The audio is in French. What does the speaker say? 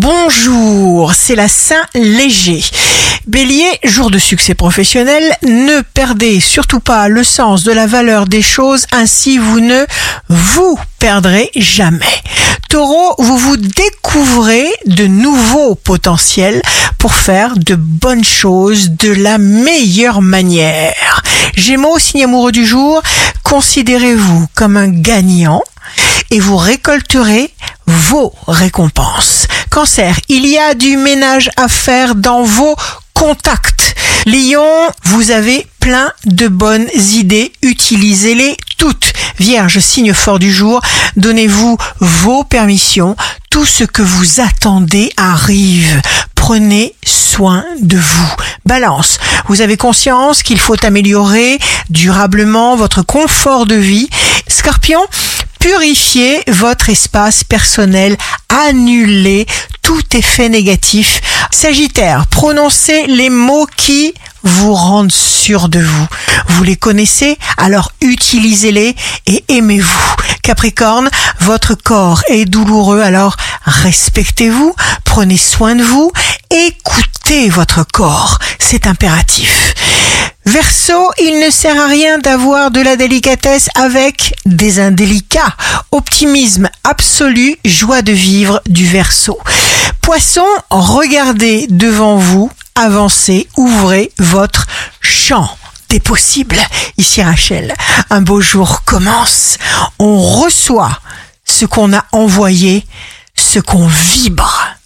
bonjour, c'est la Saint-Léger. Bélier, jour de succès professionnel, ne perdez surtout pas le sens de la valeur des choses, ainsi vous ne vous perdrez jamais. Taureau, vous vous découvrez de nouveaux potentiels pour faire de bonnes choses de la meilleure manière. Gémeaux, signe amoureux du jour, considérez-vous comme un gagnant et vous récolterez vos récompenses. Cancer, il y a du ménage à faire dans vos contacts. Lion, vous avez plein de bonnes idées, utilisez-les toutes. Vierge, signe fort du jour, donnez-vous vos permissions, tout ce que vous attendez arrive. Prenez soin de vous. Balance, vous avez conscience qu'il faut améliorer durablement votre confort de vie. Scorpion, purifiez votre espace personnel, annulez tout effet négatif. Sagittaire, prononcez les mots qui vous rendent sûr de vous. Vous les connaissez, alors utilisez-les et aimez-vous. Capricorne, votre corps est douloureux, alors respectez-vous, prenez soin de vous, écoutez votre corps, c'est impératif. Verseau, il ne sert à rien d'avoir de la délicatesse avec des indélicats. Optimisme absolu, joie de vivre du Verseau. Poisson, regardez devant vous, avancez, ouvrez votre champ des possibles. Ici Rachel, un beau jour commence. On reçoit ce qu'on a envoyé, ce qu'on vibre.